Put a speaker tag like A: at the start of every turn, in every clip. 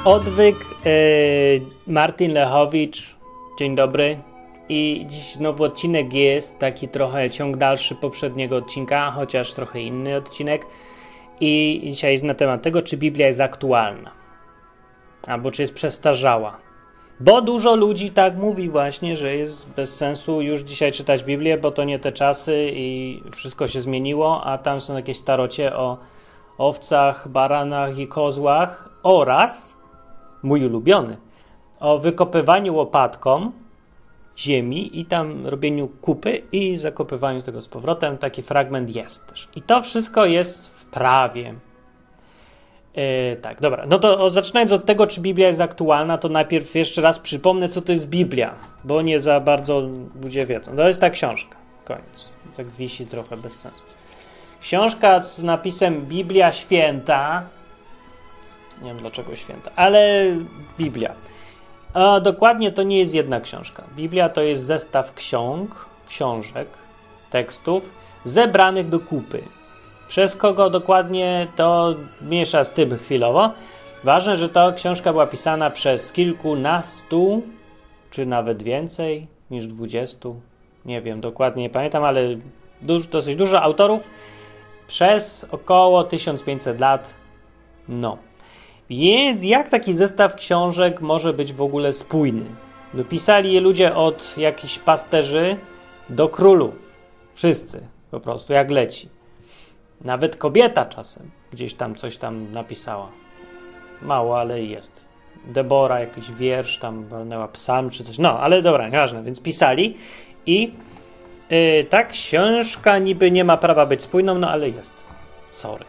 A: Odwyk, Martin Lechowicz, dzień dobry. I dziś znowu odcinek jest taki trochę ciąg dalszy poprzedniego odcinka, chociaż trochę inny odcinek. I dzisiaj jest na temat tego, czy Biblia jest aktualna, albo czy jest przestarzała. Bo dużo ludzi tak mówi właśnie, że jest bez sensu już dzisiaj czytać Biblię, bo to nie te czasy i wszystko się zmieniło, a tam są jakieś starocie o owcach, baranach i kozłach oraz, mój ulubiony, o wykopywaniu łopatką ziemi i tam robieniu kupy i zakopywaniu tego z powrotem. Taki fragment jest też. I to wszystko jest w prawie. Tak, dobra. No to zaczynając od tego, czy Biblia jest aktualna, to najpierw jeszcze raz przypomnę, co to jest Biblia, bo nie za bardzo ludzie wiedzą. To jest ta książka. Koniec. Tak wisi trochę bez sensu. Książka z napisem Biblia Święta. Nie wiem dlaczego święta, ale Biblia. A dokładnie to nie jest jedna książka. Biblia to jest zestaw książek, tekstów zebranych do kupy. Przez kogo dokładnie, to mniejsza z tym chwilowo. Ważne, że ta książka była pisana przez kilkunastu, czy nawet więcej niż 20. Nie wiem, dokładnie nie pamiętam, ale dosyć dużo autorów przez około 1500 lat. No. Więc jak taki zestaw książek może być w ogóle spójny? Dopisali je ludzie od jakichś pasterzy do królów. Wszyscy po prostu, jak leci. Nawet kobieta czasem gdzieś tam coś tam napisała. Mało, ale jest. Debora, jakiś wiersz tam walnęła, psalm czy coś. No, ale dobra, nieważne. Więc pisali i ta książka niby nie ma prawa być spójną, no ale jest. Sorry.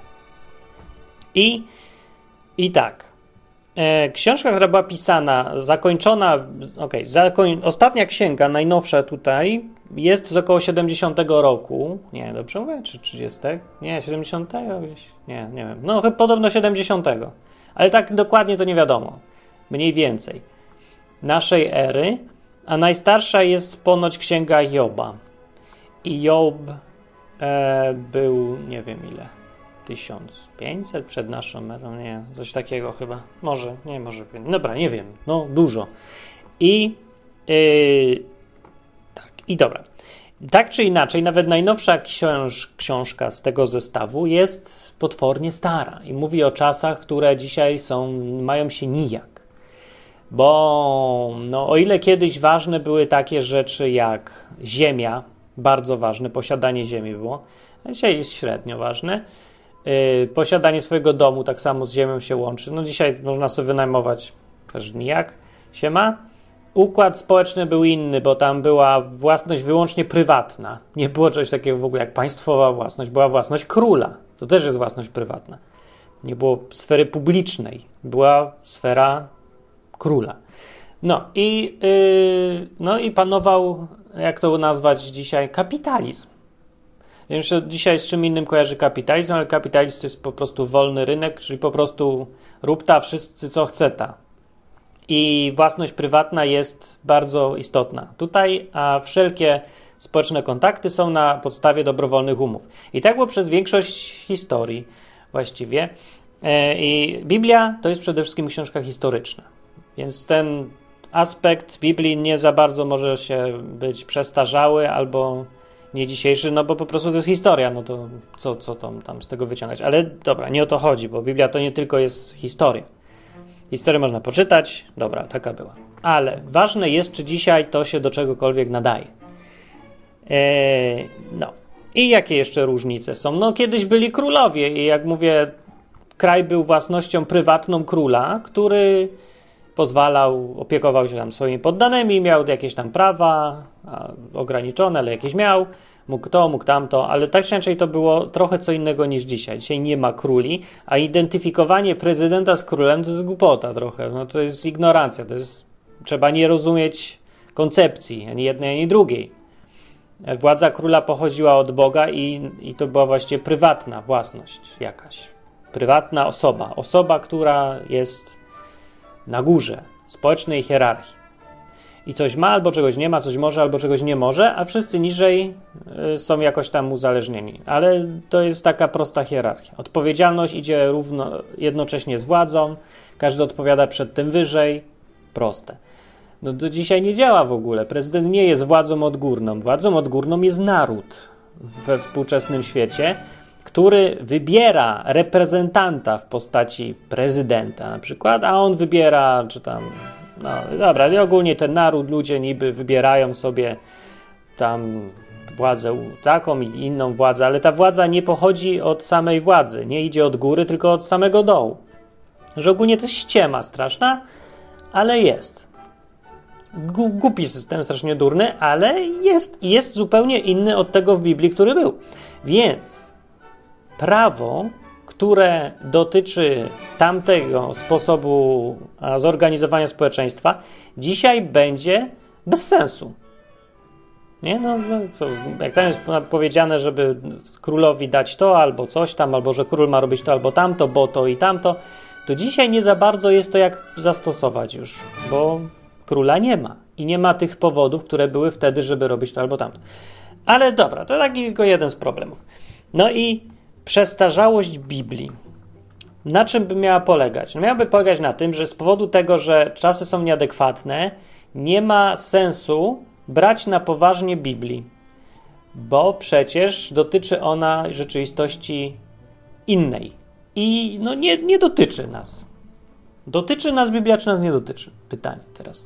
A: I tak. Książka, która była pisana, zakończona, ostatnia księga, najnowsza tutaj, jest z około 70 roku. Nie, dobrze mówię? Czy 30? Nie, 70? Nie wiem. No, podobno 70. Ale tak dokładnie to nie wiadomo. Mniej więcej. Naszej ery. A najstarsza jest ponoć księga Joba. I Job był, nie wiem ile, 1500 przed naszą erą, nie, coś takiego chyba. Może. Dobra, nie wiem. No, dużo. Tak, i dobra. Tak czy inaczej, nawet najnowsza książka z tego zestawu jest potwornie stara i mówi o czasach, które dzisiaj mają się nijak. Bo no, o ile kiedyś ważne były takie rzeczy jak ziemia, bardzo ważne, posiadanie ziemi było, a dzisiaj jest średnio ważne. Posiadanie swojego domu tak samo z ziemią się łączy. No dzisiaj można sobie wynajmować też nijak się ma. Układ społeczny był inny, bo tam była własność wyłącznie prywatna. Nie było czegoś takiego w ogóle jak państwowa własność. Była własność króla. To też jest własność prywatna. Nie było sfery publicznej. Była sfera króla. No i panował, jak to nazwać dzisiaj, kapitalizm. Wiem, że dzisiaj z czym innym kojarzy kapitalizm, ale kapitalizm to jest po prostu wolny rynek, czyli po prostu rób ta wszyscy co chce ta. I własność prywatna jest bardzo istotna tutaj, a wszelkie społeczne kontakty są na podstawie dobrowolnych umów. I tak było przez większość historii właściwie. I Biblia to jest przede wszystkim książka historyczna. Więc ten aspekt Biblii nie za bardzo może się być przestarzały albo nie dzisiejszy, no bo po prostu to jest historia, no to co tam z tego wyciągać. Ale dobra, nie o to chodzi, bo Biblia to nie tylko jest historia. Historię można poczytać, dobra, taka była. Ale ważne jest, czy dzisiaj to się do czegokolwiek nadaje. No. I jakie jeszcze różnice są? No kiedyś byli królowie i jak mówię, kraj był własnością prywatną króla, który opiekował się tam swoimi poddanymi, miał jakieś tam prawa, ograniczone, ale jakieś miał, mógł to, mógł tamto, ale tak czy inaczej to było trochę co innego niż dzisiaj. Dzisiaj nie ma króli, a identyfikowanie prezydenta z królem to jest głupota trochę, no to jest ignorancja, trzeba nie rozumieć koncepcji, ani jednej, ani drugiej. Władza króla pochodziła od Boga i to była właściwie prywatna własność jakaś, prywatna osoba, która jest na górze społecznej hierarchii. I coś ma, albo czegoś nie ma, coś może, albo czegoś nie może, a wszyscy niżej są jakoś tam uzależnieni. Ale to jest taka prosta hierarchia. Odpowiedzialność idzie jednocześnie z władzą. Każdy odpowiada przed tym wyżej. Proste. No to dzisiaj nie działa w ogóle. Prezydent nie jest władzą odgórną. Władzą odgórną jest naród we współczesnym świecie, który wybiera reprezentanta w postaci prezydenta na przykład, a on wybiera, czy tam, no dobra, i ogólnie ten naród, ludzie niby wybierają sobie tam władzę taką i inną władzę, ale ta władza nie pochodzi od samej władzy, nie idzie od góry, tylko od samego dołu. Że ogólnie to jest ściema straszna, ale jest. Głupi system, strasznie durny, ale jest zupełnie inny od tego w Biblii, który był. Więc prawo, które dotyczy tamtego sposobu zorganizowania społeczeństwa, dzisiaj będzie bez sensu. Nie? No, jak tam jest powiedziane, żeby królowi dać to albo coś tam, albo że król ma robić to albo tamto, bo to i tamto, to dzisiaj nie za bardzo jest to jak zastosować już, bo króla nie ma i nie ma tych powodów, które były wtedy, żeby robić to albo tamto. Ale dobra, to taki tylko jeden z problemów. No i przestarzałość Biblii. Na czym by miała polegać? No miałaby polegać na tym, że z powodu tego, że czasy są nieadekwatne, nie ma sensu brać na poważnie Biblii, bo przecież dotyczy ona rzeczywistości innej. I no nie dotyczy nas. Dotyczy nas Biblia, czy nas nie dotyczy? Pytanie teraz.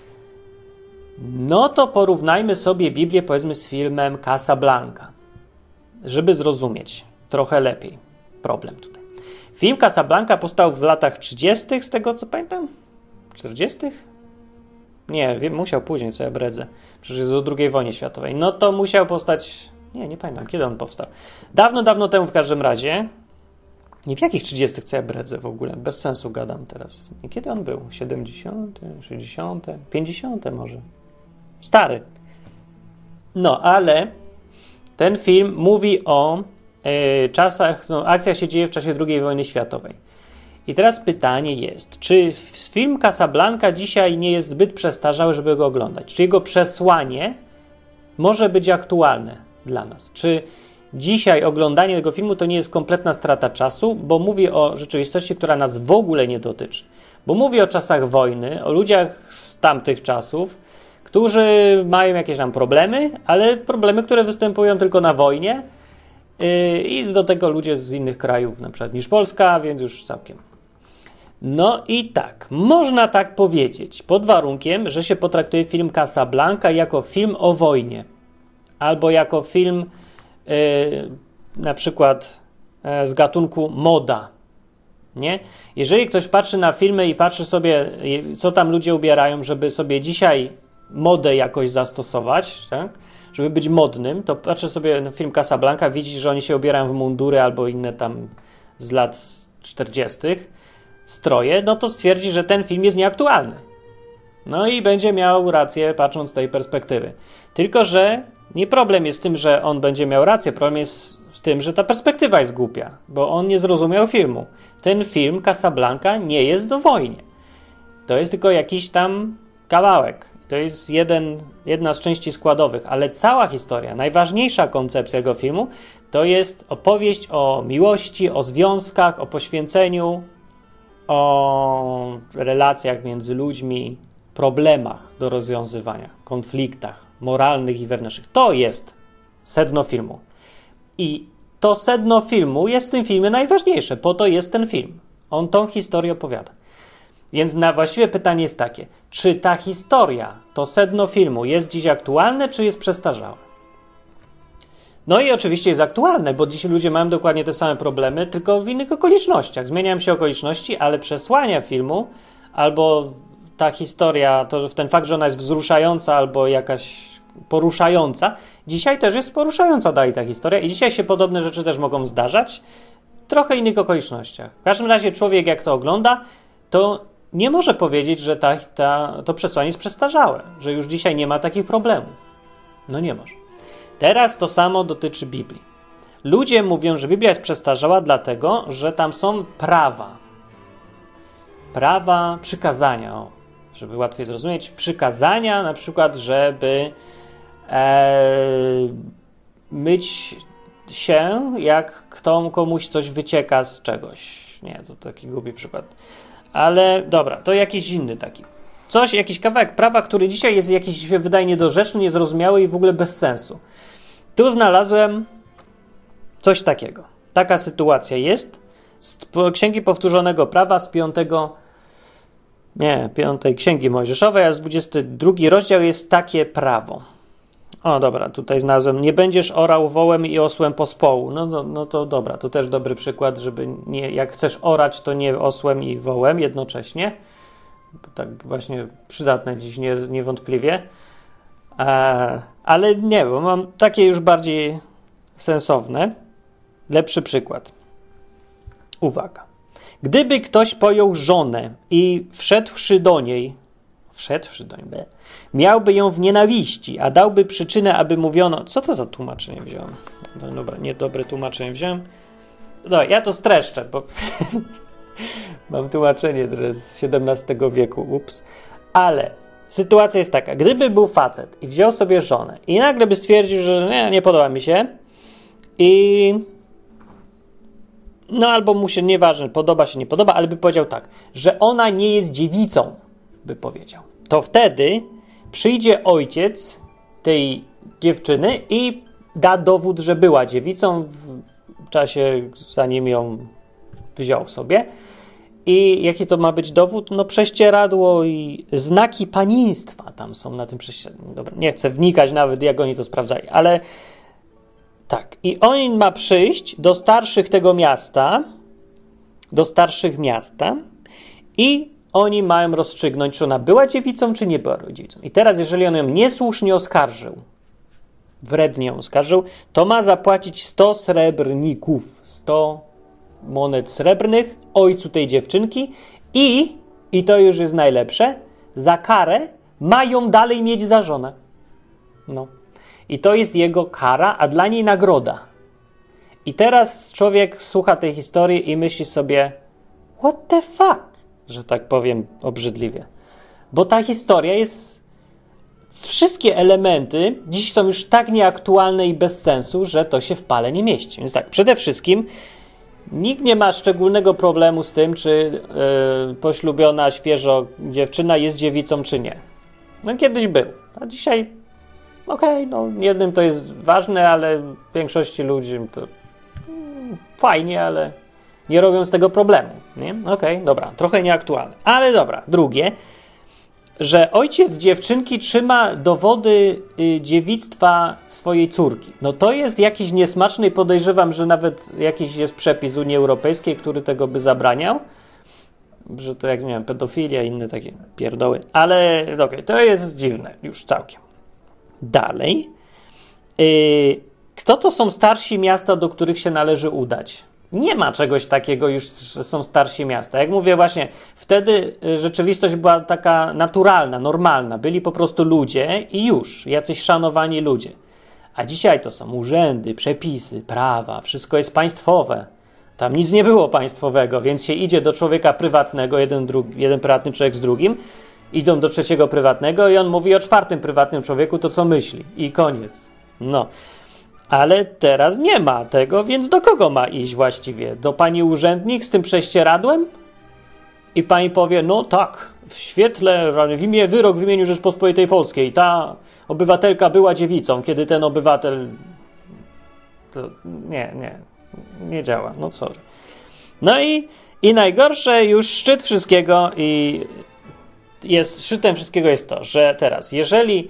A: No to porównajmy sobie Biblię, powiedzmy, z filmem Casablanca, żeby zrozumieć trochę lepiej problem tutaj. Film Casablanca powstał w latach 30., z tego co pamiętam? 40.? Nie, musiał później, co ja bredzę. Przecież jest o II wojnie światowej. No to musiał powstać... Nie pamiętam, kiedy on powstał. Dawno temu w każdym razie. Nie w jakich 30., co ja bredzę w ogóle. Bez sensu gadam teraz. I kiedy on był? 70., 60., 50. może. Stary. No, ale ten film mówi o czasach... No, akcja się dzieje w czasie II wojny światowej. I teraz pytanie jest, czy film Casablanca dzisiaj nie jest zbyt przestarzały, żeby go oglądać? Czy jego przesłanie może być aktualne dla nas? Czy dzisiaj oglądanie tego filmu to nie jest kompletna strata czasu, bo mówi o rzeczywistości, która nas w ogóle nie dotyczy? Bo mówi o czasach wojny, o ludziach z tamtych czasów, którzy mają jakieś tam problemy, ale problemy, które występują tylko na wojnie i do tego ludzie z innych krajów, na przykład niż Polska, więc już całkiem. No i tak, można tak powiedzieć, pod warunkiem, że się potraktuje film Casablanca jako film o wojnie, albo jako film na przykład z gatunku moda, nie? Jeżeli ktoś patrzy na filmy i patrzy sobie, co tam ludzie ubierają, żeby sobie dzisiaj modę jakoś zastosować, tak? Żeby być modnym, to patrzy sobie na film Casablanca, widzi, że oni się ubierają w mundury albo inne tam z lat 40. stroje, no to stwierdzi, że ten film jest nieaktualny. No i będzie miał rację, patrząc z tej perspektywy. Tylko że nie problem jest w tym, że on będzie miał rację, problem jest w tym, że ta perspektywa jest głupia, bo on nie zrozumiał filmu. Ten film Casablanca nie jest o wojnie. To jest tylko jakiś tam kawałek. To jest jedna z części składowych, ale cała historia, najważniejsza koncepcja tego filmu to jest opowieść o miłości, o związkach, o poświęceniu, o relacjach między ludźmi, problemach do rozwiązywania, konfliktach moralnych i wewnętrznych. To jest sedno filmu. I to sedno filmu jest w tym filmie najważniejsze, po to jest ten film. On tą historię opowiada. Więc właściwie pytanie jest takie, czy ta historia, to sedno filmu jest dziś aktualne, czy jest przestarzałe? No i oczywiście jest aktualne, bo dzisiaj ludzie mają dokładnie te same problemy, tylko w innych okolicznościach. Zmieniają się okoliczności, ale przesłania filmu, albo ta historia, to że ten fakt, że ona jest wzruszająca, albo jakaś poruszająca, dzisiaj też jest poruszająca dalej ta historia i dzisiaj się podobne rzeczy też mogą zdarzać w trochę innych okolicznościach. W każdym razie człowiek, jak to ogląda, to nie może powiedzieć, że to przesłanie jest przestarzałe, że już dzisiaj nie ma takich problemów. No nie może. Teraz to samo dotyczy Biblii. Ludzie mówią, że Biblia jest przestarzała dlatego, że tam są prawa. Prawa, przykazania, żeby łatwiej zrozumieć. Przykazania na przykład, żeby myć się, jak komuś coś wycieka z czegoś. Nie, to taki głupi przykład. Ale dobra, to jakiś inny taki. Jakiś kawałek prawa, który dzisiaj jest jakiś, wydaje niedorzeczny, niezrozumiały i w ogóle bez sensu. Tu znalazłem coś takiego. Taka sytuacja jest z Księgi Powtórzonego Prawa z 5 Księgi Mojżeszowej, a z 22 rozdział jest takie prawo. O, dobra, tutaj znalazłem. Nie będziesz orał wołem i osłem pospołu. No to dobra, to też dobry przykład, żeby nie, jak chcesz orać, to nie osłem i wołem jednocześnie. Tak właśnie przydatne dziś niewątpliwie. Ale nie, bo mam takie już bardziej sensowne. Lepszy przykład. Uwaga. Gdyby ktoś pojął żonę i wszedłszy do niej, miałby ją w nienawiści, a dałby przyczynę, aby mówiono... Co to za tłumaczenie wziąłem? No dobra, niedobre tłumaczenie wziąłem. No, ja to streszczę, bo mam tłumaczenie z XVII wieku, ups. Ale sytuacja jest taka, gdyby był facet i wziął sobie żonę i nagle by stwierdził, że nie podoba mi się i... No albo mu się, nieważne, podoba się, nie podoba, ale by powiedział tak, że ona nie jest dziewicą, by powiedział. To wtedy przyjdzie ojciec tej dziewczyny i da dowód, że była dziewicą w czasie, zanim ją wziął sobie. I jaki to ma być dowód? No prześcieradło i znaki panieństwa tam są na tym prześcieradle. Dobra, nie chcę wnikać nawet, jak oni to sprawdzali, ale tak. I on ma przyjść do starszych tego miasta, i oni mają rozstrzygnąć, czy ona była dziewicą, czy nie była dziewicą. I teraz, jeżeli on ją niesłusznie oskarżył, wrednie ją oskarżył, to ma zapłacić 100 srebrników, 100 monet srebrnych ojcu tej dziewczynki i to już jest najlepsze, za karę ma ją dalej mieć za żonę. No. I to jest jego kara, a dla niej nagroda. I teraz człowiek słucha tej historii i myśli sobie, what the fuck, że tak powiem obrzydliwie. Bo ta historia jest... Wszystkie elementy dziś są już tak nieaktualne i bez sensu, że to się w pale nie mieści. Więc tak, przede wszystkim nikt nie ma szczególnego problemu z tym, czy poślubiona świeżo dziewczyna jest dziewicą, czy nie. No kiedyś był, a dzisiaj okej, no jednym to jest ważne, ale większości ludzi to fajnie, ale nie robią z tego problemu, nie? Okej, dobra, trochę nieaktualne. Ale dobra, drugie, że ojciec dziewczynki trzyma dowody dziewictwa swojej córki. No to jest jakiś niesmaczny i podejrzewam, że nawet jakiś jest przepis Unii Europejskiej, który tego by zabraniał, że to jak, nie wiem, pedofilia i inne takie pierdoły. Ale okej, to jest dziwne już całkiem. Dalej. Kto to są starsi miasta, do których się należy udać? Nie ma czegoś takiego już, że są starsi miasta. Jak mówię właśnie, wtedy rzeczywistość była taka naturalna, normalna. Byli po prostu ludzie i już, jacyś szanowani ludzie. A dzisiaj to są urzędy, przepisy, prawa, wszystko jest państwowe. Tam nic nie było państwowego, więc się idzie do człowieka prywatnego, jeden prywatny człowiek z drugim, idą do trzeciego prywatnego i on mówi o czwartym prywatnym człowieku to, co myśli. I koniec. No. Ale teraz nie ma tego, więc do kogo ma iść właściwie? Do pani urzędnik z tym prześcieradłem? I pani powie, no tak, w świetle, wyrok w imieniu Rzeczpospolitej Polskiej, ta obywatelka była dziewicą, kiedy ten obywatel... To nie działa, no sorry. No i najgorsze, już szczyt wszystkiego szczytem wszystkiego jest to, że teraz, jeżeli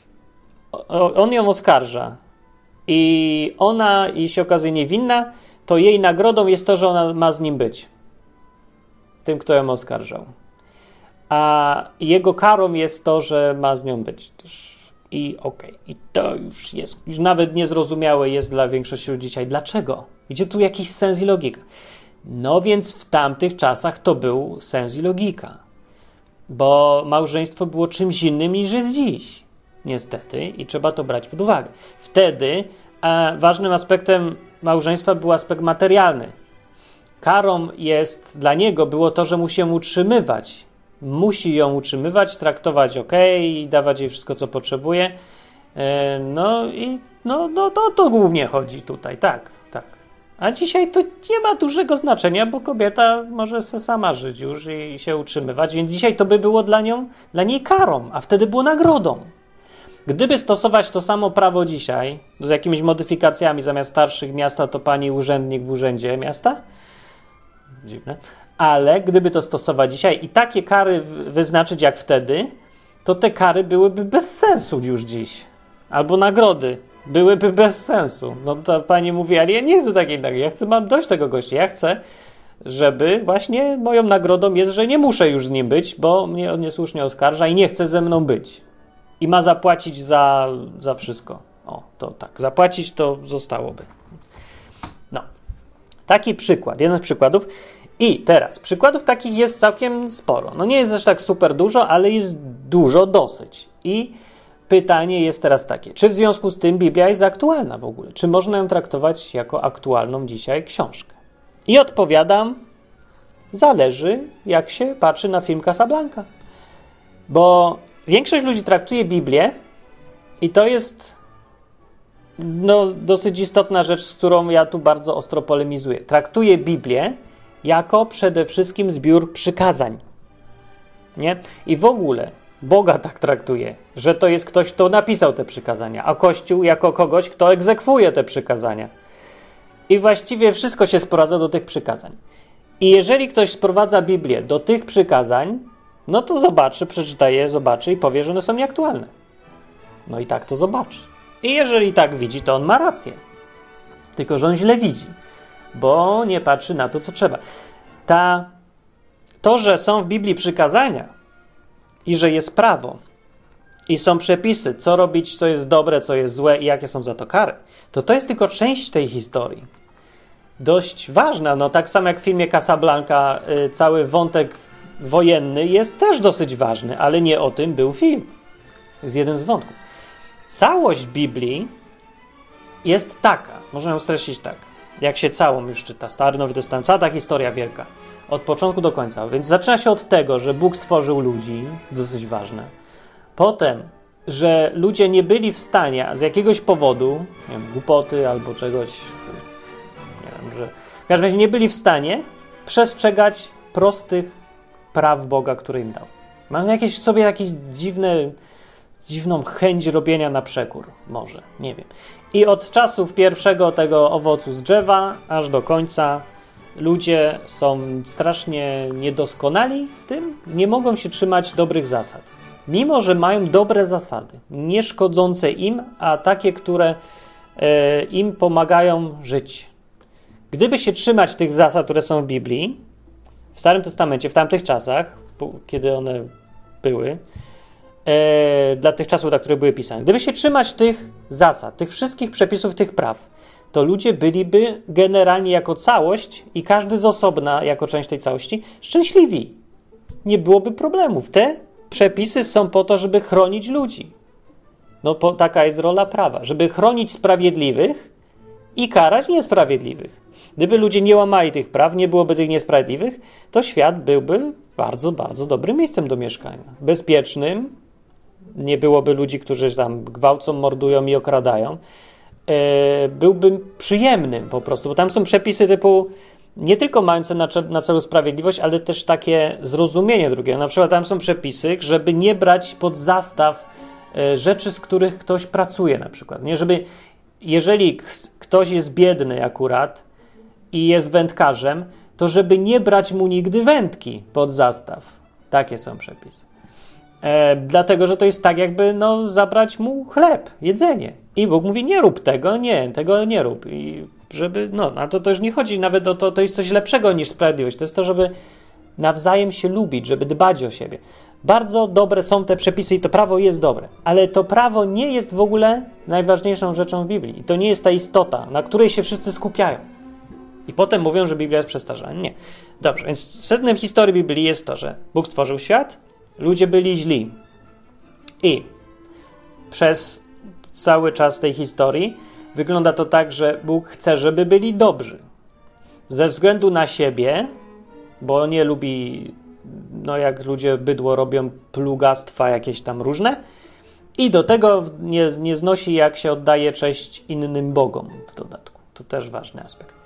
A: on ją oskarża, i ona, jeśli okazuje niewinna, to jej nagrodą jest to, że ona ma z nim być. Tym, kto ją oskarżał. A jego karą jest to, że ma z nią być też. I okej. I to już nawet niezrozumiałe jest dla większości ludzi dzisiaj. Dlaczego? Gdzie tu jakiś sens i logika? No więc w tamtych czasach to był sens i logika. Bo małżeństwo było czymś innym niż jest dziś. Niestety, i trzeba to brać pod uwagę. Wtedy ważnym aspektem małżeństwa był aspekt materialny. Karą dla niego było to, że musi ją utrzymywać. Musi ją utrzymywać, traktować i dawać jej wszystko, co potrzebuje. No i to głównie chodzi tutaj, tak. A dzisiaj to nie ma dużego znaczenia, bo kobieta może se sama żyć już i się utrzymywać, więc dzisiaj to by było dla niej karą, a wtedy było nagrodą. Gdyby stosować to samo prawo dzisiaj, z jakimiś modyfikacjami, zamiast starszych miasta, to pani urzędnik w urzędzie miasta? Dziwne. Ale gdyby to stosować dzisiaj i takie kary wyznaczyć jak wtedy, to te kary byłyby bez sensu już dziś. Albo nagrody byłyby bez sensu. No to pani mówi, ale ja nie chcę takiej nagrody, mam dość tego gościa. Ja chcę, żeby właśnie moją nagrodą jest, że nie muszę już z nim być, bo mnie on niesłusznie oskarża i nie chce ze mną być. I ma zapłacić za wszystko. O, to tak. Zapłacić to zostałoby. No. Taki przykład. Jeden z przykładów. I teraz, przykładów takich jest całkiem sporo. No nie jest też tak super dużo, ale jest dużo dosyć. I pytanie jest teraz takie, czy w związku z tym Biblia jest aktualna w ogóle? Czy można ją traktować jako aktualną dzisiaj książkę? I odpowiadam, zależy, jak się patrzy na film Casablanca. Bo większość ludzi traktuje Biblię i to jest dosyć istotna rzecz, z którą ja tu bardzo ostro polemizuję. Traktuje Biblię jako przede wszystkim zbiór przykazań. Nie? I w ogóle Boga tak traktuje, że to jest ktoś, kto napisał te przykazania, a Kościół jako kogoś, kto egzekwuje te przykazania. I właściwie wszystko się sprowadza do tych przykazań. I jeżeli ktoś sprowadza Biblię do tych przykazań, no to przeczyta je, zobaczy i powie, że one są nieaktualne. No i tak to zobaczy. I jeżeli tak widzi, to on ma rację. Tylko że on źle widzi, bo nie patrzy na to, co trzeba. To, że są w Biblii przykazania i że jest prawo i są przepisy, co robić, co jest dobre, co jest złe i jakie są za to kary, to jest tylko część tej historii. Dość ważna, no tak samo jak w filmie Casablanca cały wątek wojenny jest też dosyć ważny, ale nie o tym był film. To jest jeden z wątków. Całość Biblii jest taka, można ją streścić tak, jak się całą już czyta, Stary Nowy Testament, cała ta historia wielka, od początku do końca. Więc zaczyna się od tego, że Bóg stworzył ludzi, dosyć ważne. Potem, że ludzie nie byli w stanie z jakiegoś powodu, nie wiem, głupoty albo czegoś, nie wiem, że w każdym razie nie byli w stanie przestrzegać prostych praw Boga, które im dał. Mam jakieś dziwną chęć robienia na przekór, może, nie wiem. I od czasów pierwszego tego owocu z drzewa, aż do końca ludzie są strasznie niedoskonali w tym, nie mogą się trzymać dobrych zasad. Mimo że mają dobre zasady, nie szkodzące im, a takie, które im pomagają żyć. Gdyby się trzymać tych zasad, które są w Biblii, w Starym Testamencie, w tamtych czasach, kiedy one były, dla tych czasów, dla których były pisane. Gdyby się trzymać tych zasad, tych wszystkich przepisów, tych praw, to ludzie byliby generalnie jako całość i każdy z osobna jako część tej całości szczęśliwi. Nie byłoby problemów. Te przepisy są po to, żeby chronić ludzi. Taka jest rola prawa, żeby chronić sprawiedliwych i karać niesprawiedliwych. Gdyby ludzie nie łamali tych praw, nie byłoby tych niesprawiedliwych, to świat byłby bardzo, bardzo dobrym miejscem do mieszkania. Bezpiecznym, nie byłoby ludzi, którzy tam gwałcą, mordują i okradają. Byłby przyjemnym po prostu, bo tam są przepisy typu nie tylko mające na celu sprawiedliwość, ale też takie zrozumienie drugiego. Na przykład tam są przepisy, żeby nie brać pod zastaw rzeczy, z których ktoś pracuje na przykład. Nie, jeżeli ktoś jest biedny akurat i jest wędkarzem, to żeby nie brać mu nigdy wędki pod zastaw. Takie są przepisy. Dlatego, że to jest tak jakby zabrać mu chleb, jedzenie. I Bóg mówi, nie rób tego nie rób. I żeby, na to już nie chodzi nawet o to, to jest coś lepszego niż sprawiedliwość. To jest to, żeby nawzajem się lubić, żeby dbać o siebie. Bardzo dobre są te przepisy i to prawo jest dobre, ale to prawo nie jest w ogóle najważniejszą rzeczą w Biblii. I to nie jest ta istota, na której się wszyscy skupiają. I potem mówią, że Biblia jest przestarzała. Nie. Dobrze, więc sednem historii Biblii jest to, że Bóg stworzył świat, ludzie byli źli. I przez cały czas tej historii wygląda to tak, że Bóg chce, żeby byli dobrzy. Ze względu na siebie, bo nie lubi, jak ludzie bydło robią, plugastwa jakieś tam różne. I do tego nie znosi, jak się oddaje cześć innym bogom w dodatku. To też ważny aspekt.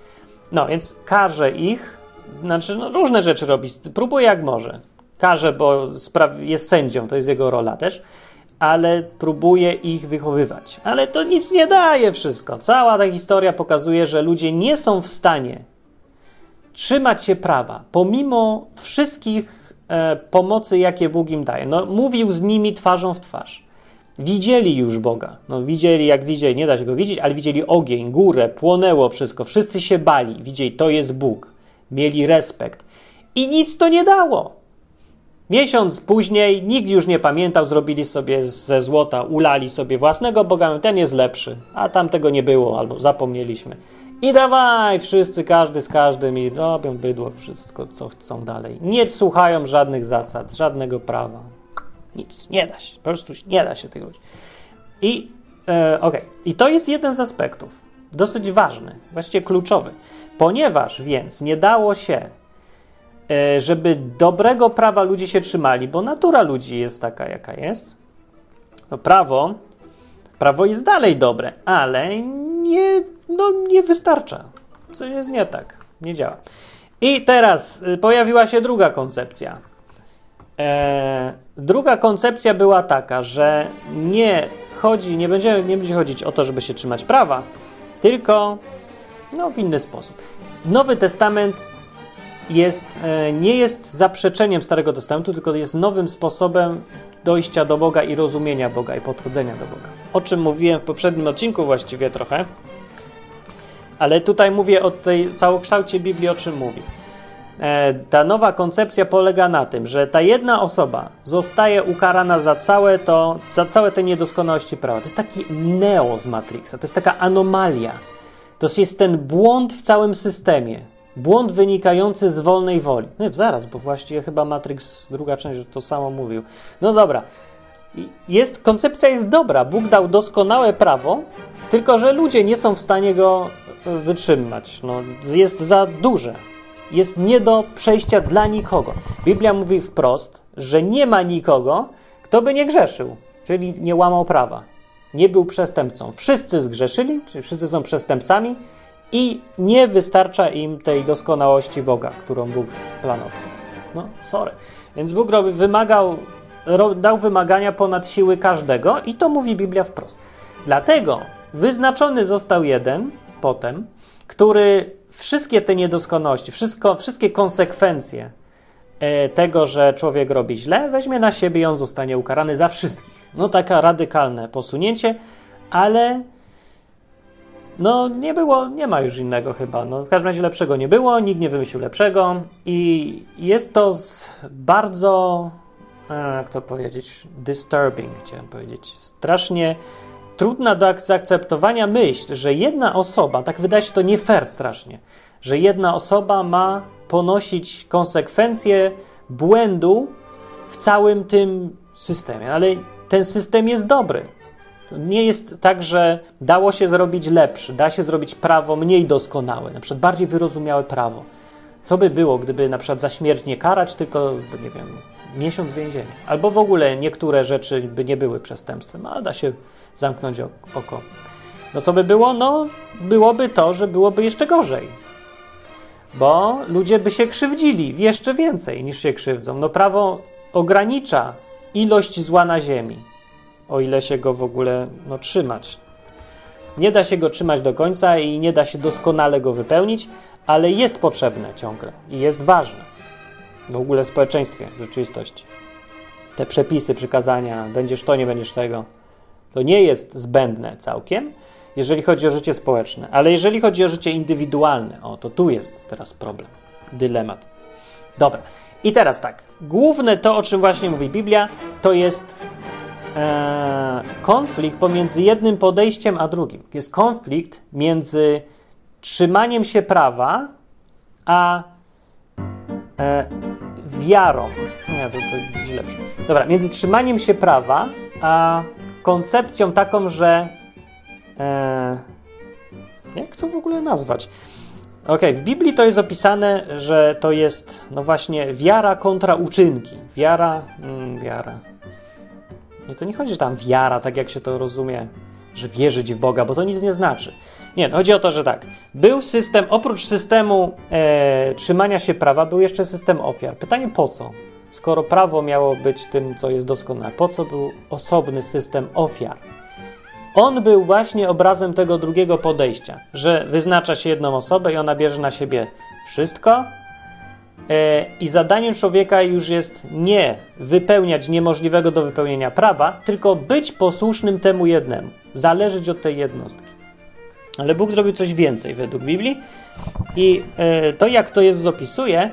A: No, więc karze ich, znaczy różne rzeczy robi, próbuje jak może. Karze, bo jest sędzią, to jest jego rola też, ale próbuje ich wychowywać. Ale to nic nie daje wszystko. Cała ta historia pokazuje, że ludzie nie są w stanie trzymać się prawa, pomimo wszystkich pomocy, jakie Bóg im daje. No, mówił z nimi twarzą w twarz. Widzieli już Boga. No, widzieli, nie da się go widzieć, ale widzieli ogień, górę, płonęło wszystko. Wszyscy się bali. Widzieli, to jest Bóg. Mieli respekt. I nic to nie dało. Miesiąc później nikt już nie pamiętał, zrobili sobie ze złota, ulali sobie własnego Boga, ten jest lepszy, a tamtego nie było, albo zapomnieliśmy. I dawaj, wszyscy, każdy z każdym i robią bydło, wszystko, co chcą dalej. Nie słuchają żadnych zasad, żadnego prawa. Nic, nie da się, po prostu nie da się tych ludzi. I to jest jeden z aspektów, dosyć ważny, właściwie kluczowy, ponieważ więc nie dało się, żeby dobrego prawa ludzie się trzymali, bo natura ludzi jest taka, jaka jest. No prawo jest dalej dobre, ale nie wystarcza. Coś jest nie tak, nie działa. I teraz pojawiła się druga koncepcja. Druga koncepcja była taka, że nie będzie chodzić o to, żeby się trzymać prawa, tylko w inny sposób. Nowy Testament nie jest zaprzeczeniem Starego Testamentu, tylko jest nowym sposobem dojścia do Boga i rozumienia Boga i podchodzenia do Boga. O czym mówiłem w poprzednim odcinku właściwie trochę, ale tutaj mówię o tej całokształcie Biblii, o czym mówi. Ta nowa koncepcja polega na tym, że ta jedna osoba zostaje ukarana za całe te niedoskonałości prawa. To jest taki Neo z Matrixa, to jest taka anomalia. To jest ten błąd w całym systemie. Błąd wynikający z wolnej woli. Zaraz, bo właściwie chyba Matrix, druga część, to samo mówił. No dobra. Koncepcja jest dobra. Bóg dał doskonałe prawo, tylko że ludzie nie są w stanie go wytrzymać. Jest za duże. Jest nie do przejścia dla nikogo. Biblia mówi wprost, że nie ma nikogo, kto by nie grzeszył, czyli nie łamał prawa. Nie był przestępcą. Wszyscy zgrzeszyli, czyli wszyscy są przestępcami, i nie wystarcza im tej doskonałości Boga, którą Bóg planował. Sorry. Więc Bóg dał wymagania ponad siły każdego i to mówi Biblia wprost. Dlatego wyznaczony został jeden potem, który wszystkie te niedoskonałości, wszystkie konsekwencje tego, że człowiek robi źle, weźmie na siebie i on zostanie ukarany za wszystkich. Takie radykalne posunięcie, ale nie ma już innego chyba. W każdym razie lepszego nie było, nikt nie wymyślił lepszego i jest to bardzo, jak to powiedzieć, disturbing, chciałem powiedzieć, strasznie trudna do zaakceptowania myśl, że jedna osoba, tak wydaje się to nie fair strasznie, że jedna osoba ma ponosić konsekwencje błędu w całym tym systemie, ale ten system jest dobry. To nie jest tak, że dało się zrobić lepszy, da się zrobić prawo mniej doskonałe, na przykład bardziej wyrozumiałe prawo. Co by było, gdyby na przykład za śmierć nie karać, tylko, nie wiem, miesiąc więzienia. Albo w ogóle niektóre rzeczy by nie były przestępstwem, a da się zamknąć oko. Co by było? Byłoby to, że byłoby jeszcze gorzej. Bo ludzie by się krzywdzili jeszcze więcej niż się krzywdzą. Prawo ogranicza ilość zła na ziemi, o ile się go w ogóle trzymać. Nie da się go trzymać do końca i nie da się doskonale go wypełnić, ale jest potrzebne ciągle i jest ważne w ogóle w społeczeństwie, w rzeczywistości. Te przepisy, przykazania, będziesz to, nie będziesz tego, to nie jest zbędne całkiem, jeżeli chodzi o życie społeczne, ale jeżeli chodzi o życie indywidualne, to tu jest teraz problem, dylemat. Dobra, i teraz tak, główne to, o czym właśnie mówi Biblia, to jest konflikt pomiędzy jednym podejściem a drugim. Jest konflikt między trzymaniem się prawa a wiarą. Nie, to źle. Dobra, między trzymaniem się prawa a koncepcją taką, że jak to w ogóle nazwać? W Biblii to jest opisane, że to jest właśnie wiara kontra uczynki. Wiara. Nie, to nie chodzi, że tam wiara, tak jak się to rozumie, że wierzyć w Boga, bo to nic nie znaczy. Nie, chodzi o to, że tak. Był system, oprócz systemu trzymania się prawa, był jeszcze system ofiar. Pytanie po co? Skoro prawo miało być tym, co jest doskonałe, po co był osobny system ofiar? On był właśnie obrazem tego drugiego podejścia, że wyznacza się jedną osobę i ona bierze na siebie wszystko i zadaniem człowieka już jest nie wypełniać niemożliwego do wypełnienia prawa, tylko być posłusznym temu jednemu, zależeć od tej jednostki. Ale Bóg zrobił coś więcej według Biblii i to, jak to Jezus opisuje,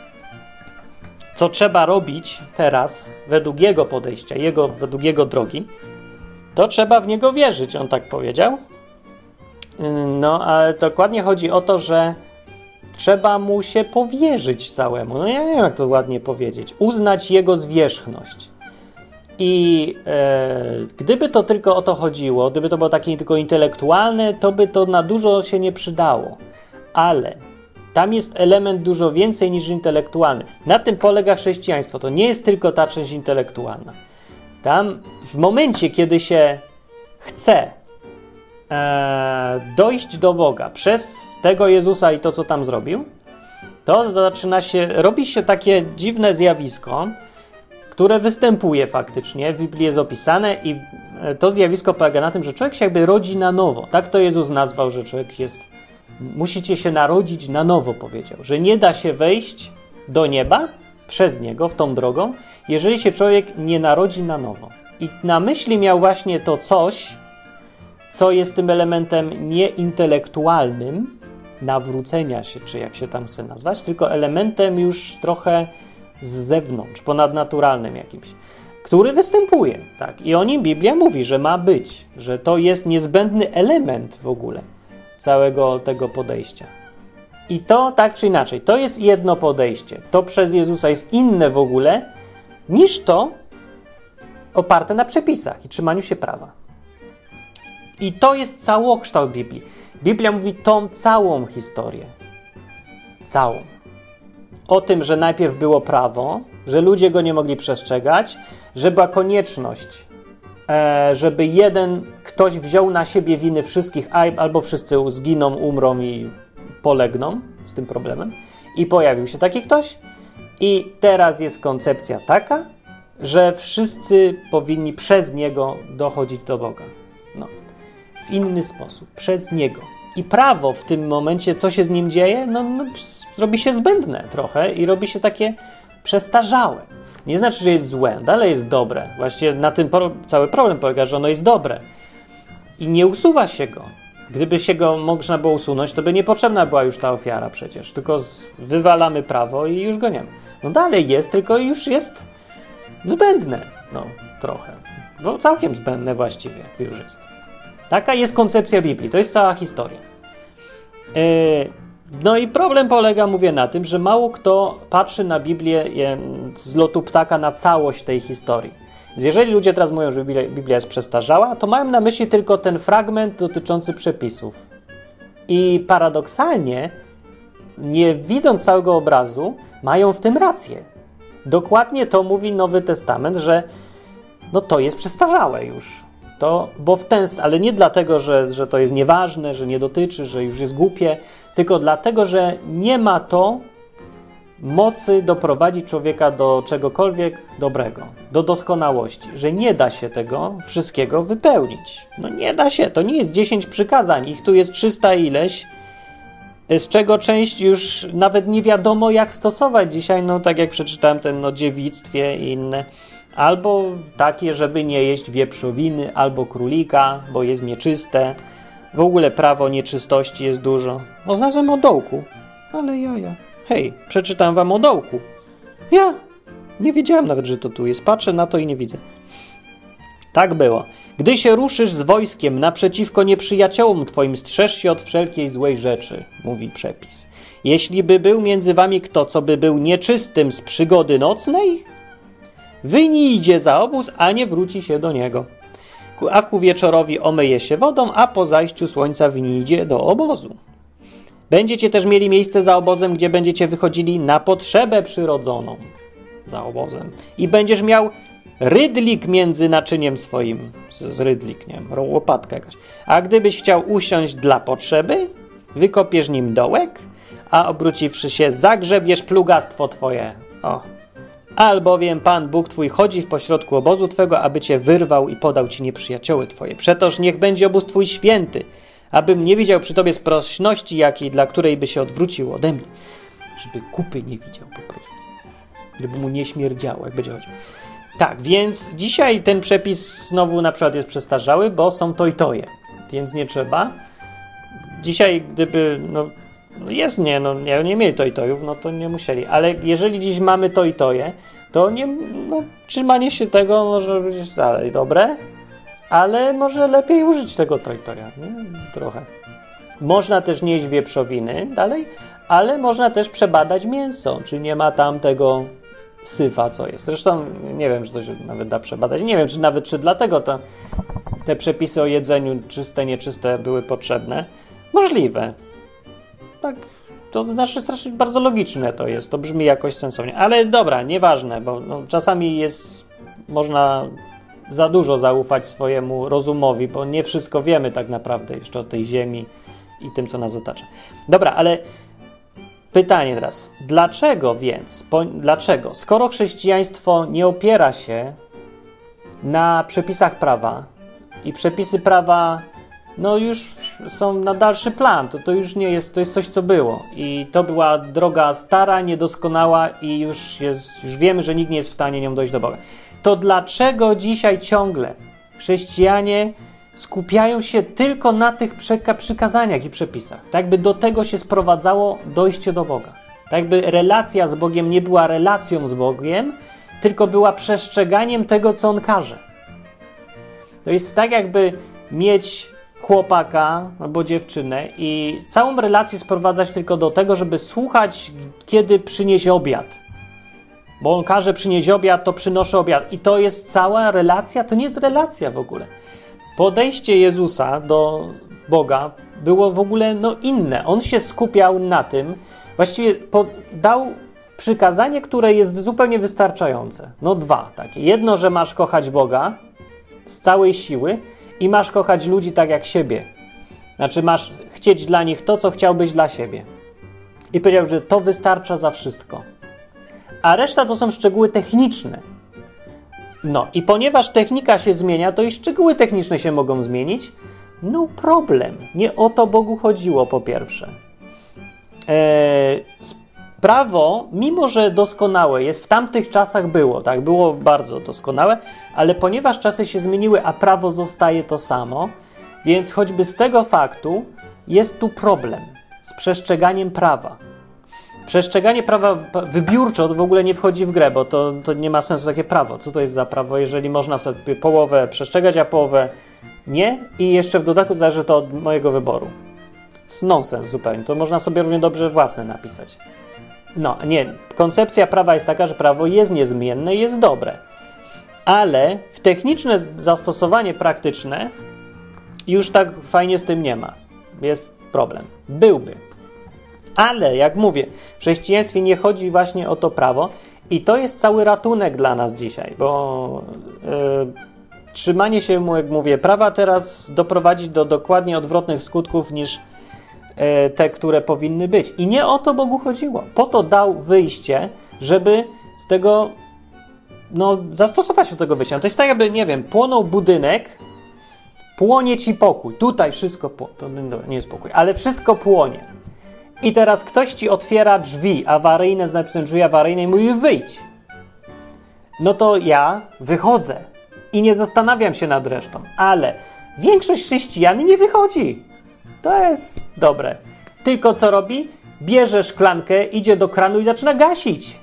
A: co trzeba robić teraz według Jego podejścia, według Jego drogi, to trzeba w Niego wierzyć, on tak powiedział. No, ale dokładnie chodzi o to, że trzeba Mu się powierzyć całemu. No ja nie wiem, jak to ładnie powiedzieć. Uznać Jego zwierzchność. I gdyby to tylko o to chodziło, gdyby to było takie tylko intelektualne, to by to na dużo się nie przydało. Ale tam jest element dużo więcej niż intelektualny. Na tym polega chrześcijaństwo. To nie jest tylko ta część intelektualna. Tam w momencie, kiedy się chce dojść do Boga przez tego Jezusa i to, co tam zrobił, to robi się takie dziwne zjawisko, które występuje faktycznie, w Biblii jest opisane i to zjawisko polega na tym, że człowiek się jakby rodzi na nowo. Tak to Jezus nazwał, że człowiek jest, musicie się narodzić na nowo, powiedział, że nie da się wejść do nieba przez Niego, w tą drogą, jeżeli się człowiek nie narodzi na nowo. I na myśli miał właśnie to coś, co jest tym elementem nieintelektualnym nawrócenia się, czy jak się tam chce nazwać, tylko elementem już trochę z zewnątrz, ponadnaturalnym jakimś, który występuje. Tak? I o nim Biblia mówi, że ma być, że to jest niezbędny element w ogóle całego tego podejścia. I to tak czy inaczej, to jest jedno podejście. To przez Jezusa jest inne w ogóle niż to oparte na przepisach i trzymaniu się prawa. I to jest całokształt Biblii. Biblia mówi tą całą historię. Całą. O tym, że najpierw było prawo, że ludzie go nie mogli przestrzegać, że była konieczność, żeby ktoś wziął na siebie winy wszystkich, albo wszyscy zginą, umrą i polegną z tym problemem. I pojawił się taki ktoś. I teraz jest koncepcja taka, że wszyscy powinni przez Niego dochodzić do Boga. No. W inny sposób. Przez Niego. I prawo w tym momencie, co się z nim dzieje, robi się zbędne trochę i robi się takie przestarzałe. Nie znaczy, że jest złe, dalej jest dobre. Właściwie na tym cały problem polega, że ono jest dobre. I nie usuwa się go. Gdyby się go można było usunąć, to by niepotrzebna była już ta ofiara przecież. Tylko wywalamy prawo i już go nie ma. No dalej jest, tylko już jest zbędne. No, trochę. Bo całkiem zbędne właściwie już jest. Taka jest koncepcja Biblii. To jest cała historia. No i problem polega, mówię, na tym, że mało kto patrzy na Biblię z lotu ptaka na całość tej historii. Więc jeżeli ludzie teraz mówią, że Biblia jest przestarzała, to mają na myśli tylko ten fragment dotyczący przepisów. I paradoksalnie, nie widząc całego obrazu, mają w tym rację. Dokładnie to mówi Nowy Testament, że to jest przestarzałe już. Ale nie dlatego, że to jest nieważne, że nie dotyczy, że już jest głupie, tylko dlatego, że nie ma to mocy doprowadzić człowieka do czegokolwiek dobrego, do doskonałości, że nie da się tego wszystkiego wypełnić. No nie da się, to nie jest 10 przykazań, ich tu jest 300 ileś, z czego część już nawet nie wiadomo jak stosować dzisiaj, tak jak przeczytałem o dziewictwie i inne. Albo takie, żeby nie jeść wieprzowiny, albo królika, bo jest nieczyste. W ogóle prawo nieczystości jest dużo. Znalazłem o dołku, ale jaja. Hej, przeczytam wam o dołku. Ja nie wiedziałem nawet, że to tu jest. Patrzę na to i nie widzę. Tak było. Gdy się ruszysz z wojskiem naprzeciwko nieprzyjaciołom twoim, strzeż się od wszelkiej złej rzeczy, mówi przepis. Jeśli by był między wami kto, co by był nieczystym z przygody nocnej, wyjdzie idzie za obóz, a nie wróci się do niego. A ku wieczorowi omyje się wodą, a po zajściu słońca idzie do obozu. Będziecie też mieli miejsce za obozem, gdzie będziecie wychodzili na potrzebę przyrodzoną. Za obozem. I będziesz miał rydlik między naczyniem swoim, z rydlik, nie wiem, łopatka jakaś. A gdybyś chciał usiąść dla potrzeby, wykopiesz nim dołek, a obróciwszy się, zagrzebiesz plugastwo twoje. O. Albowiem Pan Bóg twój chodzi w pośrodku obozu twego, aby cię wyrwał i podał ci nieprzyjacioły twoje. Przetoż niech będzie obóz twój święty, abym nie widział przy tobie sprośności jakiej, dla której by się odwrócił ode mnie. Żeby kupy nie widział po prostu. Żeby mu nie śmierdziało, jak będzie chodził. Tak, więc dzisiaj ten przepis znowu na przykład jest przestarzały, bo są toje, więc nie trzeba. Dzisiaj gdyby, nie mieli tojów, no to nie musieli. Ale jeżeli dziś mamy toje, to nie, trzymanie się tego może być dalej dobre, ale może lepiej użyć tego toja, nie? Trochę. Można też nieść wieprzowiny dalej, ale można też przebadać mięso, czy nie ma tam tego syfa, co jest. Zresztą nie wiem, czy to się nawet da przebadać. Nie wiem, czy dlatego te przepisy o jedzeniu czyste, nieczyste były potrzebne. Możliwe. Tak, to znaczy strasznie bardzo logiczne to jest. To brzmi jakoś sensownie. Ale dobra, nieważne, bo czasami można za dużo zaufać swojemu rozumowi, bo nie wszystko wiemy tak naprawdę jeszcze o tej ziemi i tym, co nas otacza. Dobra, ale pytanie teraz. Dlaczego więc? Dlaczego? Skoro chrześcijaństwo nie opiera się na przepisach prawa i przepisy prawa już są na dalszy plan, to już nie jest, to jest coś, co było. I to była droga stara, niedoskonała i już wiemy, że nikt nie jest w stanie nią dojść do Boga. To dlaczego dzisiaj ciągle chrześcijanie skupiają się tylko na tych przykazaniach i przepisach? Tak jakby do tego się sprowadzało dojście do Boga. Tak jakby relacja z Bogiem nie była relacją z Bogiem, tylko była przestrzeganiem tego, co On każe. To jest tak jakby mieć chłopaka albo dziewczynę i całą relację sprowadzać tylko do tego, żeby słuchać, kiedy przyniesie obiad. Bo on każe przynieść obiad, to przynoszę obiad. I to jest cała relacja? To nie jest relacja w ogóle. Podejście Jezusa do Boga było w ogóle inne. On się skupiał na tym, właściwie dał przykazanie, które jest zupełnie wystarczające. Dwa takie. Jedno, że masz kochać Boga z całej siły i masz kochać ludzi tak jak siebie. Znaczy masz chcieć dla nich to, co chciałbyś dla siebie. I powiedział, że to wystarcza za wszystko. A reszta to są szczegóły techniczne. I ponieważ technika się zmienia, to i szczegóły techniczne się mogą zmienić. Problem. Nie o to Bogu chodziło, po pierwsze. Prawo, mimo że doskonałe jest, w tamtych czasach było bardzo doskonałe, ale ponieważ czasy się zmieniły, a prawo zostaje to samo, więc choćby z tego faktu jest tu problem z przestrzeganiem prawa. Przestrzeganie prawa wybiórczo to w ogóle nie wchodzi w grę, bo to nie ma sensu takie prawo. Co to jest za prawo, jeżeli można sobie połowę przestrzegać, a połowę nie i jeszcze w dodatku zależy to od mojego wyboru. To jest nonsens zupełnie. To można sobie równie dobrze własne napisać. Nie. Koncepcja prawa jest taka, że prawo jest niezmienne i jest dobre. Ale w techniczne zastosowanie praktyczne już tak fajnie z tym nie ma. Jest problem. Byłby. Ale, jak mówię, w chrześcijaństwie nie chodzi właśnie o to prawo i to jest cały ratunek dla nas dzisiaj, bo trzymanie się, jak mówię, prawa teraz doprowadzi do dokładnie odwrotnych skutków niż te, które powinny być. I nie o to Bogu chodziło. Po to dał wyjście, żeby z tego, zastosować się do tego wyjścia. To jest tak, jakby, nie wiem, płonął budynek, płonie ci pokój. Tutaj wszystko płonie. To nie jest pokój, ale wszystko płonie. I teraz ktoś ci otwiera drzwi awaryjne, z napisem drzwi awaryjne i mówi wyjdź. To ja wychodzę i nie zastanawiam się nad resztą. Ale większość chrześcijan nie wychodzi. To jest dobre. Tylko co robi? Bierze szklankę, idzie do kranu i zaczyna gasić.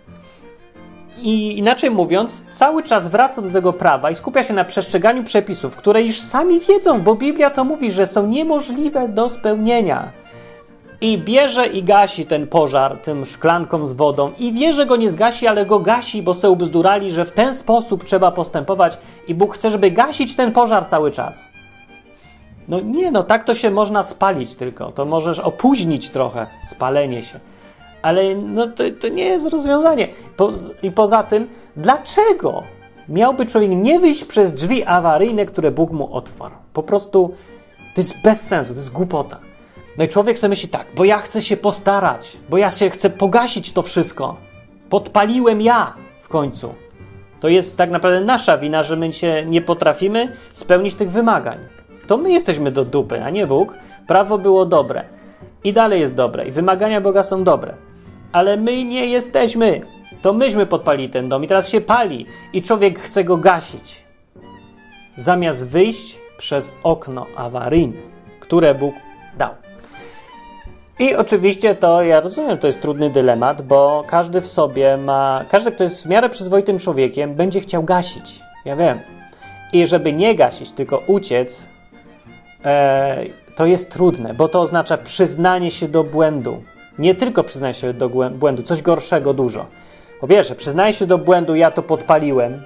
A: I inaczej mówiąc, cały czas wraca do tego prawa i skupia się na przestrzeganiu przepisów, które już sami wiedzą, bo Biblia to mówi, że są niemożliwe do spełnienia. I bierze i gasi ten pożar tym szklanką z wodą i wie, że go nie zgasi, ale go gasi, bo sobie ubzdurali, że w ten sposób trzeba postępować i Bóg chce, żeby gasić ten pożar cały czas. Tak to się można spalić tylko. To możesz opóźnić trochę spalenie się. Ale to nie jest rozwiązanie. I poza tym, dlaczego? miałby człowiek nie wyjść przez drzwi awaryjne, które Bóg mu otwarł. Po prostu to jest bez sensu, to jest głupota. No i człowiek sobie myśli tak, bo ja chcę się postarać, bo ja się chcę pogasić to wszystko. Podpaliłem ja w końcu. To jest tak naprawdę nasza wina, że my się nie potrafimy spełnić tych wymagań. To my jesteśmy do dupy, a nie Bóg. Prawo było dobre i dalej jest dobre i wymagania Boga są dobre. Ale my nie jesteśmy. To myśmy podpalili ten dom i teraz się pali i człowiek chce go gasić. Zamiast wyjść przez okno awaryjne, które Bóg dał. I oczywiście to, ja rozumiem, to jest trudny dylemat, bo każdy w sobie każdy, kto jest w miarę przyzwoitym człowiekiem, będzie chciał gasić. Ja wiem. I żeby nie gasić, tylko uciec, to jest trudne, bo to oznacza przyznanie się do błędu. Nie tylko przyznanie się do błędu, coś gorszego dużo. Po pierwsze, przyznaję się do błędu, ja to podpaliłem.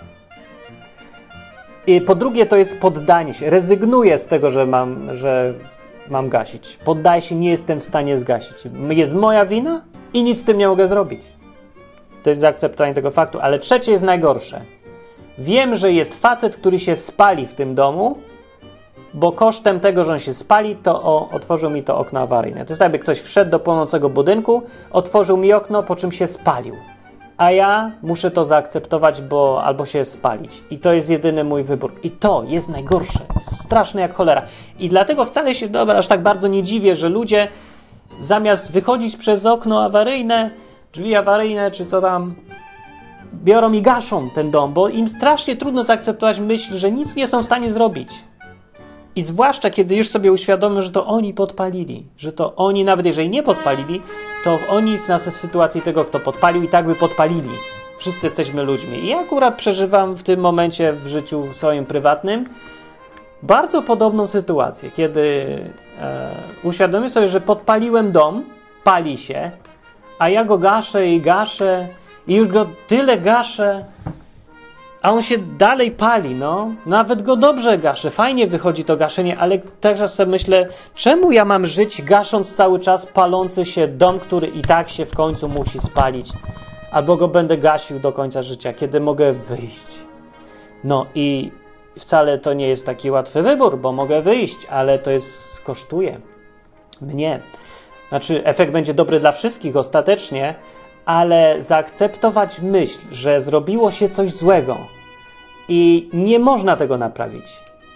A: I po drugie, to jest poddanie się. Rezygnuję z tego, że mam gasić. Poddaję się, nie jestem w stanie zgasić. Jest moja wina i nic z tym nie mogę zrobić. To jest zaakceptowanie tego faktu. Ale trzecie jest najgorsze. Wiem, że jest facet, który się spali w tym domu, bo kosztem tego, że on się spali, to otworzył mi to okno awaryjne. To jest tak, jakby ktoś wszedł do płonącego budynku, otworzył mi okno, po czym się spalił. A ja muszę to zaakceptować, albo się spalić. I to jest jedyny mój wybór. I to jest najgorsze. Straszne jak cholera. I dlatego wcale się aż tak bardzo nie dziwię, że ludzie zamiast wychodzić przez okno awaryjne, drzwi awaryjne, czy co tam, biorą i gaszą ten dom, bo im strasznie trudno zaakceptować myśl, że nic nie są w stanie zrobić. I zwłaszcza, kiedy już sobie uświadomią, że to oni podpalili, że to oni, nawet jeżeli nie podpalili, to oni w sytuacji tego, kto podpalił, i tak by podpalili. Wszyscy jesteśmy ludźmi. I ja akurat przeżywam w tym momencie w życiu swoim prywatnym bardzo podobną sytuację, kiedy uświadomię sobie, że podpaliłem dom, pali się, a ja go gaszę i już go tyle gaszę, a on się dalej pali, no. Nawet go dobrze gaszę, fajnie wychodzi to gaszenie, ale teraz sobie myślę, czemu ja mam żyć gasząc cały czas palący się dom, który i tak się w końcu musi spalić, albo go będę gasił do końca życia, kiedy mogę wyjść. No i wcale to nie jest taki łatwy wybór, bo mogę wyjść, ale to kosztuje mnie. Znaczy, efekt będzie dobry dla wszystkich ostatecznie, ale zaakceptować myśl, że zrobiło się coś złego i nie można tego naprawić.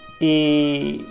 A: I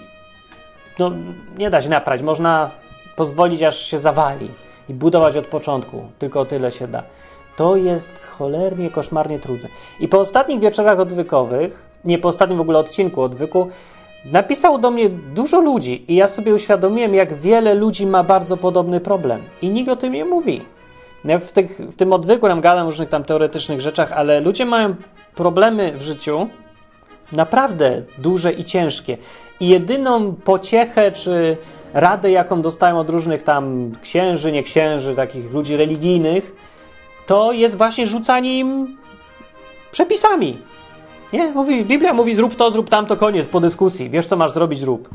A: nie da się naprawić. Można pozwolić, aż się zawali i budować od początku. Tylko tyle się da. To jest cholernie, koszmarnie trudne. I po ostatnich wieczorach odwykowych, nie po ostatnim w ogóle odcinku odwyku, napisało do mnie dużo ludzi i ja sobie uświadomiłem, jak wiele ludzi ma bardzo podobny problem. I nikt o tym nie mówi. Ja w tym odwyku nam gadam o różnych tam teoretycznych rzeczach, ale ludzie mają problemy w życiu naprawdę duże i ciężkie. I jedyną pociechę czy radę, jaką dostają od różnych tam księży, nie księży, takich ludzi religijnych, to jest właśnie rzucanie im przepisami. Nie? Biblia mówi, zrób to, zrób tamto, koniec, po dyskusji. Wiesz, co masz zrobić, zrób.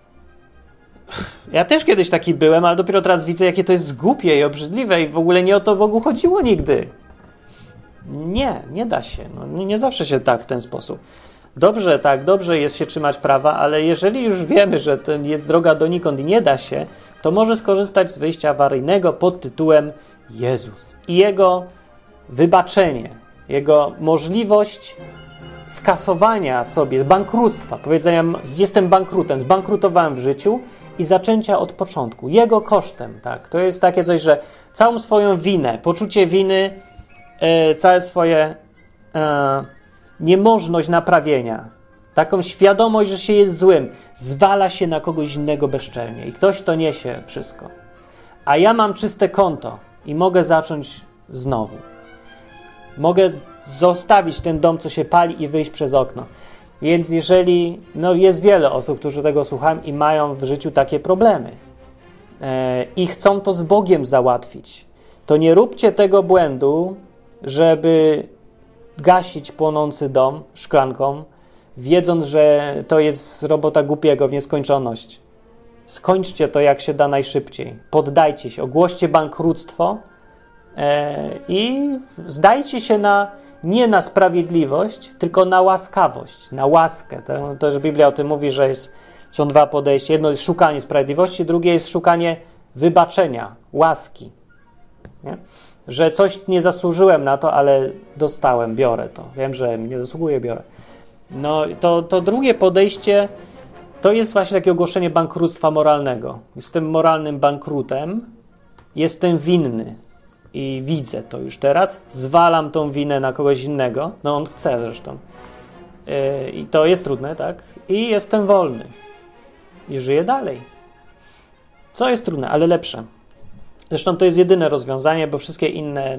A: Ja też kiedyś taki byłem, ale dopiero teraz widzę, jakie to jest głupie i obrzydliwe i w ogóle nie o to Bogu chodziło nigdy. Nie da się. Nie zawsze się w ten sposób. Dobrze jest się trzymać prawa, ale jeżeli już wiemy, że to jest droga donikąd i nie da się, to może skorzystać z wyjścia awaryjnego pod tytułem Jezus i Jego wybaczenie, Jego możliwość skasowania sobie z bankructwa, powiedzenia, jestem bankrutem, zbankrutowałem w życiu i zaczęcia od początku, Jego kosztem, tak. To jest takie coś, że całą swoją winę, poczucie winy, całe swoje niemożność naprawienia, taką świadomość, że się jest złym, zwala się na kogoś innego bezczelnie i ktoś to niesie wszystko. A ja mam czyste konto i mogę zacząć znowu. Mogę zostawić ten dom, co się pali i wyjść przez okno. Więc jeżeli, jest wiele osób, którzy tego słuchają i mają w życiu takie problemy i chcą to z Bogiem załatwić, to nie róbcie tego błędu, żeby gasić płonący dom szklanką, wiedząc, że to jest robota głupiego w nieskończoność. Skończcie to jak się da najszybciej. Poddajcie się, ogłoście bankructwo i zdajcie się na nie na sprawiedliwość, tylko na łaskawość, na łaskę. To też Biblia o tym mówi, że są dwa podejścia. Jedno jest szukanie sprawiedliwości, drugie jest szukanie wybaczenia, łaski. Nie? Że coś nie zasłużyłem na to, ale dostałem, biorę to. Wiem, że nie zasługuję, biorę. No to drugie podejście to jest właśnie takie ogłoszenie bankructwa moralnego. Jestem moralnym bankrutem, jestem winny i widzę to już teraz, zwalam tą winę na kogoś innego, no on chce zresztą. I to jest trudne, tak? I jestem wolny. I żyję dalej. Co jest trudne, ale lepsze. Zresztą to jest jedyne rozwiązanie, bo wszystkie inne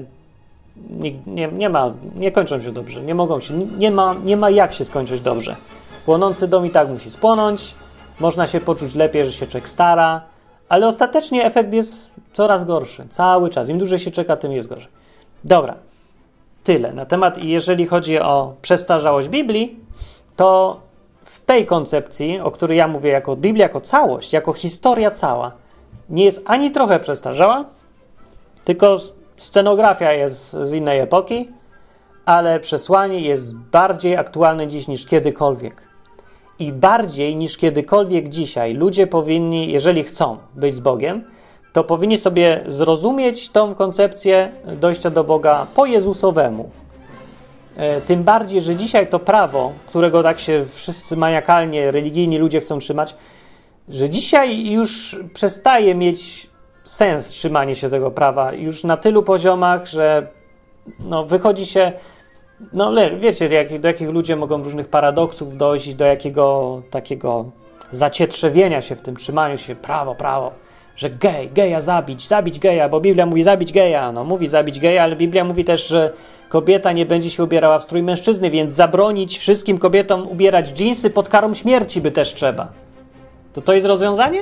A: nie kończą się dobrze, nie mogą się, nie ma jak się skończyć dobrze. Płonący dom i tak musi spłonąć, można się poczuć lepiej, że się człowiek stara, ale ostatecznie efekt jest coraz gorszy, cały czas. Im dłużej się czeka, tym jest gorzej. Dobra, tyle na temat. I jeżeli chodzi o przestarzałość Biblii, to w tej koncepcji, o której ja mówię jako Biblia, jako całość, jako historia cała, nie jest ani trochę przestarzała, tylko scenografia jest z innej epoki, ale przesłanie jest bardziej aktualne dziś niż kiedykolwiek. I bardziej niż kiedykolwiek dzisiaj ludzie powinni, jeżeli chcą być z Bogiem, to powinni sobie zrozumieć tą koncepcję dojścia do Boga po Jezusowemu. Tym bardziej, że dzisiaj to prawo, którego tak się wszyscy maniakalnie, religijni ludzie chcą trzymać, że dzisiaj już przestaje mieć sens trzymanie się tego prawa już na tylu poziomach, że wychodzi się, wiecie, do jakich ludzie mogą różnych paradoksów dojść i do jakiego takiego zacietrzewienia się w tym trzymaniu się prawo, że geja zabić geja, bo Biblia mówi zabić geja, mówi zabić geja, ale Biblia mówi też, że kobieta nie będzie się ubierała w strój mężczyzny, więc zabronić wszystkim kobietom ubierać dżinsy pod karą śmierci by też trzeba. To jest rozwiązanie?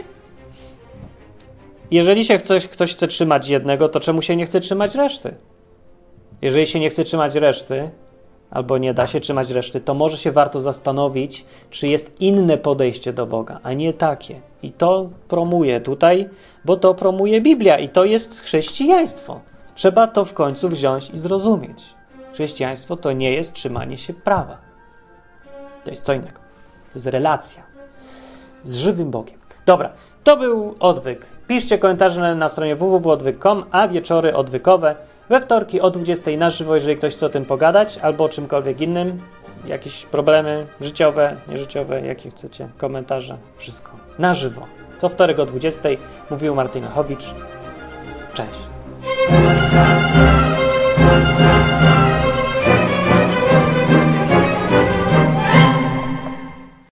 A: Jeżeli się ktoś chce trzymać jednego, to czemu się nie chce trzymać reszty? Jeżeli się nie chce trzymać reszty, albo nie da się trzymać reszty, to może się warto zastanowić, czy jest inne podejście do Boga, a nie takie. I to promuje tutaj, bo to promuje Biblia i to jest chrześcijaństwo. Trzeba to w końcu wziąć i zrozumieć. Chrześcijaństwo to nie jest trzymanie się prawa. To jest co innego. To jest relacja z żywym Bogiem. Dobra, to był Odwyk. Piszcie komentarze na stronie www.odwyk.com, a wieczory odwykowe we wtorki o 20:00 na żywo, jeżeli ktoś chce o tym pogadać, albo o czymkolwiek innym, jakieś problemy życiowe, nieżyciowe, jakie chcecie, komentarze, wszystko na żywo. Co wtorek o 20:00 mówił Martin Lechowicz. Cześć.